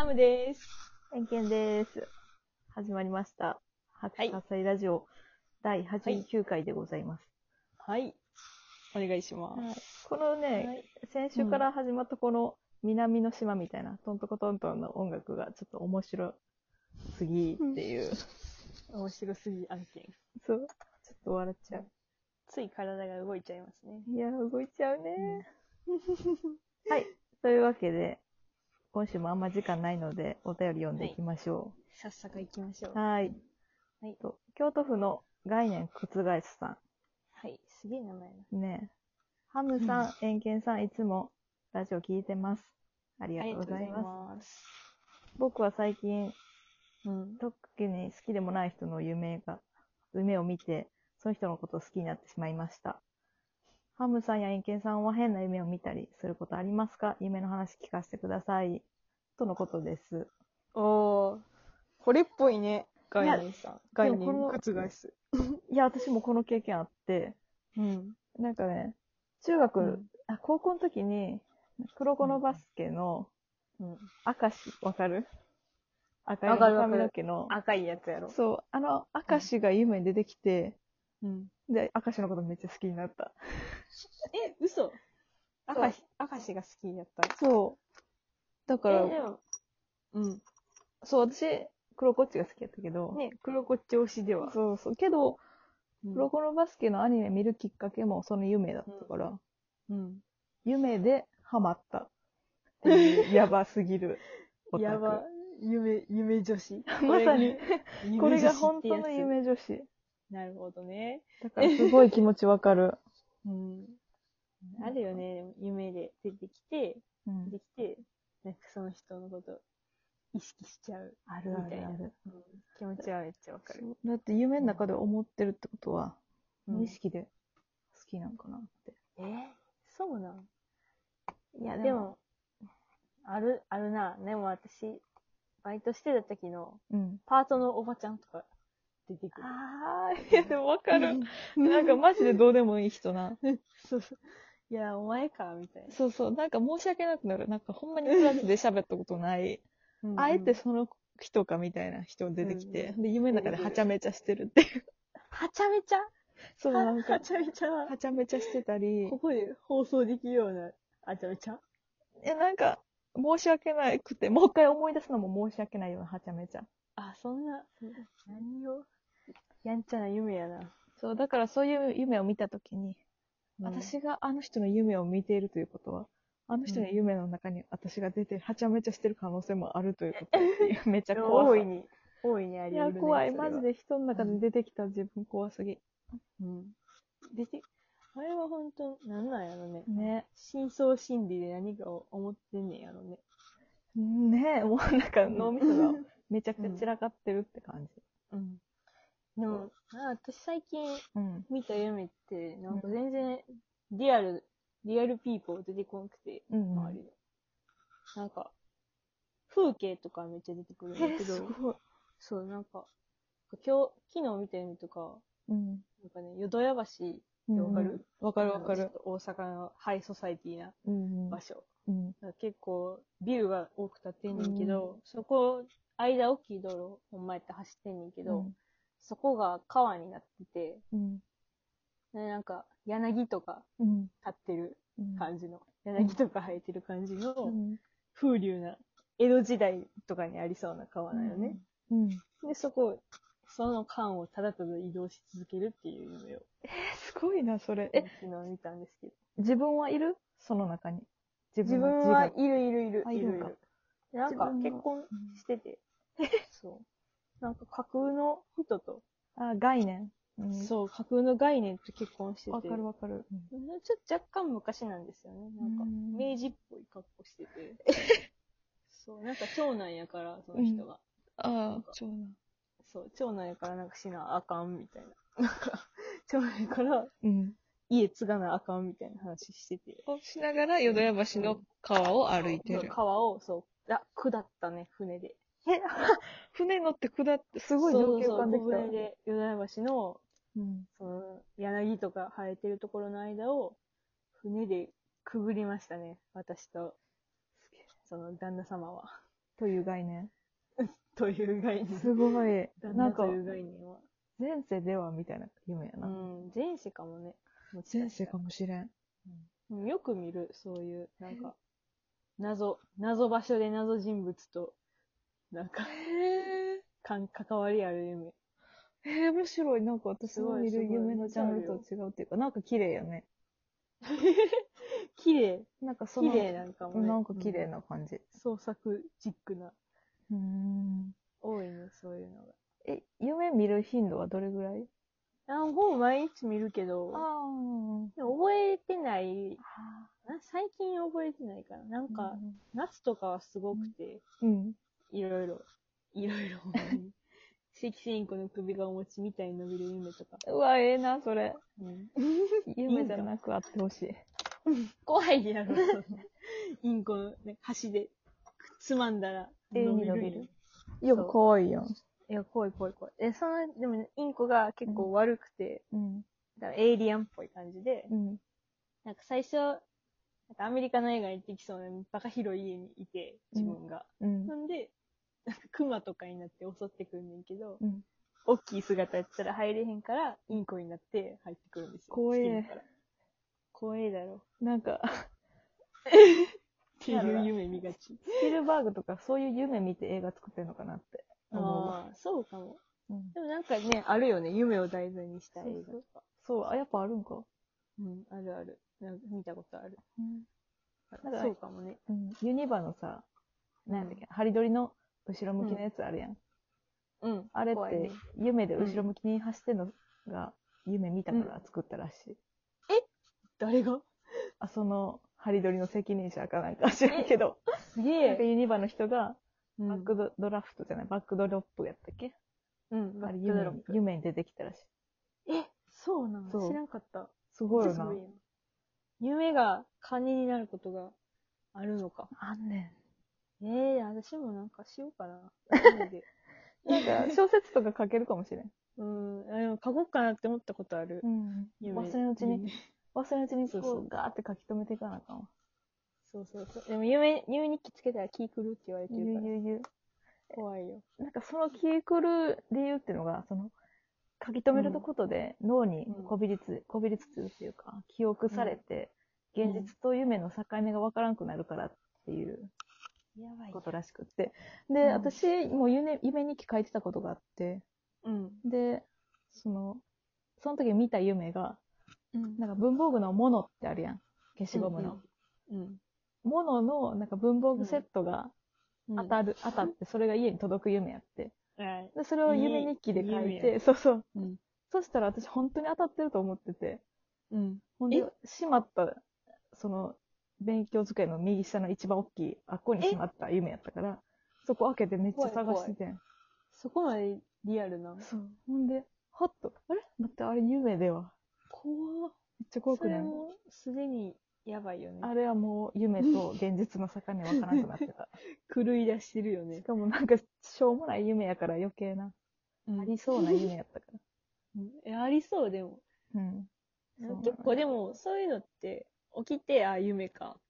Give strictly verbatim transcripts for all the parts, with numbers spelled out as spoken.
ムです。 偏見です。始まりました。はちさいラジオだいはちじゅうきゅうかいでございます。 はい。お願いします。はい、 このね、はい、先週から始まったこの南の島みたいな、うん、トントコトントンの音楽がちょっと面白すぎっていう。 面白すぎ案件。 そう。ちょっと笑っちゃう。 つい体が動いちゃいますね。 いや、動いちゃうね。うん、はい。というわけで、今週もあんま時間ないので、お便り読んでいきましょう。はい、 早速行きましょう。 はい。はい、と京都府の概念覆すさん。 はい。すげえ名前だ。ね。ハムさん、エンケンさん、いつもラジオ聞いてます。ありがとうございます。ます僕は最近、うん、特に好きでもない人の夢が、夢を見て、その人のことを好きになってしまいました。ハムさんやエンケンさんは変な夢を見たりすることありますか？夢の話聞かせてください。とのことです。 おー、これっぽいね。概念さん。概念覆す。 いや、私もこの経験あって、うん、なんかね、中学、うん、あ高校の時に、黒子のバスケの、明石、わかる？赤い髪の毛の。 赤いやつやろ。 そう、あの、明石が夢に出てきて、うん、で、明石のことめっちゃ好きになった。 え、嘘？明石、明石が好きになった。 そう。だから、 え、でも、 うん。そう、私、黒子っちが好きやったけど。 ね、黒子っち推しでは。 そうそう。けど、うん、黒子のバスケのアニメ見るきっかけもその夢だったから、うん。うん、夢でハマったっていう、やばすぎるオタク。 やば、夢、夢女子。 まさに、これが本当の夢女子。 なるほどね。 だからすごい気持ちわかる。 うん。あるよね、夢で出てきて、うん、出てきて、なんかその人のこと意識しちゃうみたいな。あるあるある、うん。気持ちはめっちゃわかる。 だって夢の中で思ってるってことは、うん、無意識で好きなんかなって。 えー、そうなん？いや、でも、でもある、あるな。でも私、バイトしてた時の、パートのおばちゃんとか出てくる。 ああ、いや、でもわかる。なんかマジでどうでもいい人な。 そうそう。いや、お前か、みたいな。 そうそう。なんか申し訳なくなる。なんかほんまにクラスで喋ったことない。うんうん、あえてその人かみたいな人出てきて、うんうん、で、夢の中ではちゃめちゃしてるっていう。 はちゃめちゃそう、なんか、 はちゃめちゃはちゃめちゃしてたり。 ここで放送できるような、はちゃめちゃえ、なんか、申し訳なくて、もう一回思い出すのも申し訳ないようなはちゃめちゃ。 あ、そんな、何を、やんちゃな夢やな。 そう、だからそういう夢を見たときに、うん、私があの人の夢を見ているということは、あの人の夢の中に私が出て、はちゃめちゃしてる可能性もあるということっていう、めっちゃ怖さ。 大いに、大いにあり得る、ね。 いや、怖い。マジで人の中で出てきた自分怖すぎ。 うん。出て、あれは本当なんなんやろね。 ね。 深層心理で何かを思ってんねんやろね。 ねえ、もうなんか脳みそがめちゃくちゃ散らかってるって感じ。 うん。うん、でも、私最近見た夢って、なんか全然リアル、リアルピーポー出てこなくて、うん、周りで。なんか、風景とかめっちゃ出てくるんだけど、そう、なんか、今日、昨日見た夢とか、うん、なんかね、淀屋橋ってわかる？ わ、うん、かるわかる。 大阪のハイソサイティな場所。うんうん、結構、ビルが多く建ってんねんけど、うん、そこ、間大きい道路、ほんまやって走ってんねんけど、うん、そこが川になってて、うん、でなんか、柳とか立ってる感じの、うん、柳とか生えてる感じの、風流な、江戸時代とかにありそうな川なよね。うんうん、で、そこ、その間をただただ移動し続けるっていう夢を。 えー、すごいな、それ。 え、昨日見たんですけど。 自分はいる？その中に。 自分の自分はいるいるいる。いるいる。なんか結婚してて。うん、そう。なんか架空の人と。 あ、概念。 うん、そう、架空の概念と結婚してて。 わかるわかる。 うん、ちょっと若干昔なんですよね。なんか、明治っぽい格好してて。そう、なんか長男やから、その人が。 うん、ああ、長男。 そう、長男やからなんかしなあかんみたいな。なんか、長男やから、うん、家継がなあかんみたいな話してて。 をしながら、淀屋橋の川を歩いてる。 うん、川を、そう、あ、下ったね、船で。 え、船乗って下って、すごい情景浮かんできた。 そうそうそう、船で、淀屋橋の、うん、その、柳とか生えてるところの間を、船でくぐりましたね、私と、その旦那様は。 という概念。 という概念。 すごい。なんか、 という概念は。 前世ではみたいな夢やな。 うん、前世かもね。 も前世かもしれん。 うん、よく見る、そういう、なんか、謎、謎場所で謎人物と、なんか、 へかん、関わりある夢。 へえ、面白い。なんか私の見る夢のジャンルとは違うっていうか、なんか綺麗やね。 綺麗。 なんかその、 綺麗なんかもね。 なんか綺麗な感じ。うん、 創作チックな。 うーん。 多いね、そういうのが。 え、夢見る頻度はどれぐらい？ あ、ほぼ毎日見るけど、 あでも覚えてない、な最近覚えてないかな。なんか、 うん、 夏とかはすごくて、 うん。 いろいろ、いろいろ、セキセインコの首がお餅みたいに伸びる夢とか。 うわ、ええな、それ。 うん、 夢じゃなくあってほしい。 怖いやろ、そんな。インコの、ね、箸でつまんだら永遠伸びる。 に伸びる。いや、かわいいやん。 いや、怖い怖い怖い。え、その、でも、ね、インコが結構悪くて、 うん。 だからエイリアンっぽい感じで、 うん。 なんか最初、なんかアメリカの映画に行ってきそうなバカ広い家にいて、自分が。 うん。 なんで、なんかクマとかになって襲ってくるんねんけど、 うん。 大きい姿やったら入れへんから、インコになって入ってくるんですよ。 怖え。 怖えだろ。 なんかっていう夢見がち。 スピルバーグとかそういう夢見て映画作ってるのかなって思うわ。 ああ、そうかも。 うん、 でもなんかね、あるよね。夢を題材にした映画とか。 そう、あ、やっぱあるんか。 うん、あるある。なんか見たことある。 うん、 なんかそうかもね。 うん、ユニバのさ、なんだっけ、ハリドリの後ろ向きのやつあるやん。 うん。 あれって、夢で後ろ向きに走ってんのが夢見たから作ったらしい。 え誰が？ あ、その、ハリドリの責任者かなんか知らんけど。 すげえ。 なんかユニバの人が、バックドドラフトじゃない、バックドロップやったっけ？ うん、 あれ夢に、夢に出てきたらしい。 え、そうなの？知らんかった。 すごいよな。 夢がカニになることがあるのか。 あんねん。ええー、私もなんかしようかな。 なんか小説とか書けるかもしれん。 うん、でも書こうかなって思ったことある。 うん。忘れのうちに、忘れのうちにこうガーって書き留めていかなあかんわ。 そうそうそう。でも夢、夢日記つけたら気狂うって言われてるから。 言う言う言う。 怖いよ。 なんかその気狂う理由っていうのが、その、書き留めることで脳にこびりつ、こびりつくっていうか、記憶されて、現実と夢の境目がわからんくなるからっていうことらしくって。で、私、もう夢、夢日記書いてたことがあって、 うん、 で、その、その時見た夢が、うん、なんか文房具のものってあるやん。消しゴムの。うんうん、ものの、なんか文房具セットが当たる、うん、当たって、それが家に届く夢やって。で、それを夢日記で書いて、そうそう。うん、そしたら私本当に当たってると思ってて。うん、ほんで、しまった、その、勉強机の右下の一番大きい、あっこにしまった夢やったから、そこ開けてめっちゃ探しててん。 そこまでリアルな。 そう。ほんで、はっと、あれ待って、あれ夢では。 怖っ。 めっちゃ怖くない？ それもすでにやばいよね。 あれはもう夢と現実の境目わからなくなってた。 狂い出してるよね。 しかもなんか、しょうもない夢やから余計な。うん、ありそうな夢やったから。 うん、え、ありそう、でも。うん。結構でも、そういうのって、起きて、あ、夢かって。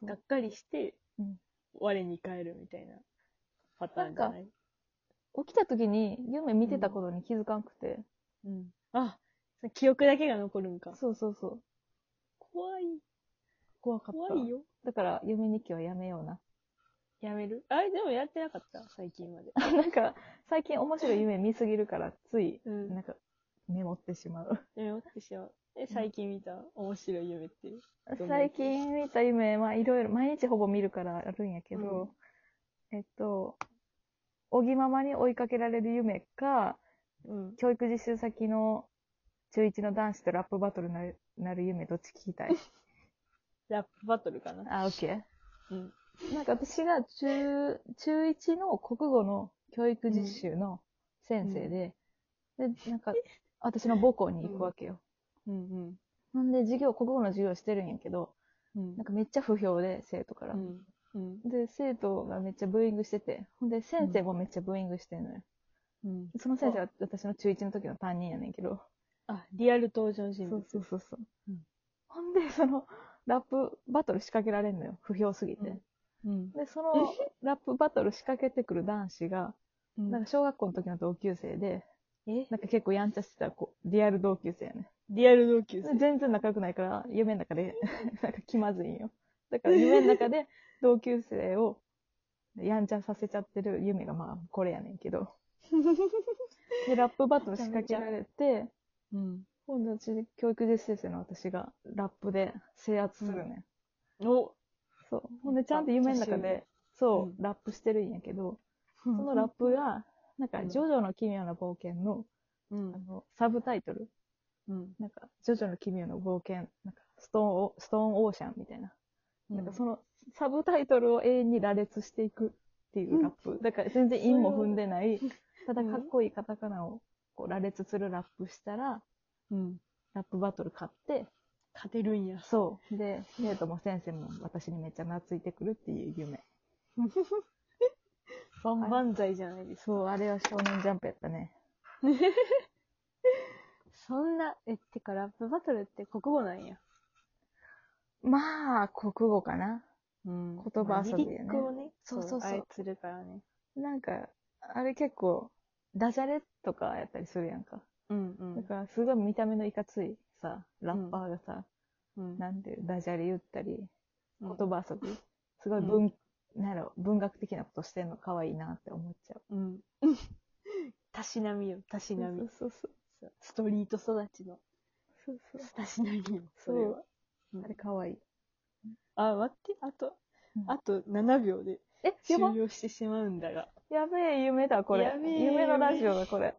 がっかりして、うん、我に返るみたいなパターンじゃない？ 起きた時に夢見てたことに気づかんくて。 うん。うん、あ、記憶だけが残るんか。 そうそうそう。 怖い。 怖かった。 怖いよ。 だから夢日記はやめような。 やめる？あれでもやってなかった最近まで。 なんか、最近面白い夢見すぎるから、つい、うん、なんか、メモってしまう。 メモってしまう。え、最近見た面白い夢って。 最近見た夢、まあいろいろ、毎日ほぼ見るからあるんやけど、うん、えっと、おぎママに追いかけられる夢か、うん、教育実習先の中いちの男子とラップバトルになる、なる夢、どっち聞きたい？ ラップバトルかな。 あ、オッケー。うん。なんか私が中、中いちの国語の教育実習の先生で、うん、で、なんか、私の母校に行くわけよ。うんうん。なんで、授業、国語の授業してるんやけど、うん、なんかめっちゃ不評で、生徒から。うんうん、で、生徒がめっちゃブーイングしてて、ほんで、先生もめっちゃブーイングしてんのよ。うん、その先生は私の中いちの時の担任やねんけど。 あ、リアル登場人物。 そうそうそうそう。うん、ほんで、その、ラップバトル仕掛けられんのよ。不評すぎて。 うん、で、そのラップバトル仕掛けてくる男子が、うん、なんか小学校の時の同級生で、えなんか結構やんちゃしてた子、リアル同級生やね。 リアル同級生。 全然仲良くないから、夢の中で、なんか気まずいんよ。だから夢の中で同級生をやんちゃさせちゃってる夢がまあこれやねんけど。で、ラップバトル仕掛けられて、うん、今度教育実習生の私がラップで制圧するね、うん。おそう。ほんでちゃんと夢の中で、そう、うん、ラップしてるんやけど、そのラップが、なんか、ジョジョの奇妙な冒険の、うん、あの、サブタイトル。うん、なんか、ジョジョの奇妙な冒険、なんか、ストーン、ストーンオーシャンみたいな。うん、なんか、その、サブタイトルを永遠に羅列していくっていうラップ。うん、だから全然韻も踏んでない、ただかっこいいカタカナをこう羅列するラップしたら、うん、ラップバトル勝って、 勝てるんや。 そう。で、ネートも先生も私にめっちゃ懐いてくるっていう夢。 万々歳じゃないですか。 そう、あれは少年ジャンプやったね。 そんな、え、てかラップバトルって国語なんや。 まあ、国語かな。うん。言葉遊びやね。 まあ、リリックをね、そうそうそう。操るからね。 なんか、あれ結構、ダジャレとかやったりするやんか。うんうん。だから、すごい見た目のいかついさ、ラッパーがさ、うん、なんていう、ダジャレ言ったり、言葉遊び、うん、すごい文、うん、なんやろ、文学的なことしてんの可愛いなって思っちゃう。うん。 たしなみよ、たしなみ。そうそうそうそう。ストリート育ちの。そうそう。たしなみよ、それは。 あれ可愛い。 あ、待って、あと、うん、あとななびょうで終了してしまうんだが。 やべえ、夢だ、これ。やべえ。夢のラジオだ、これ。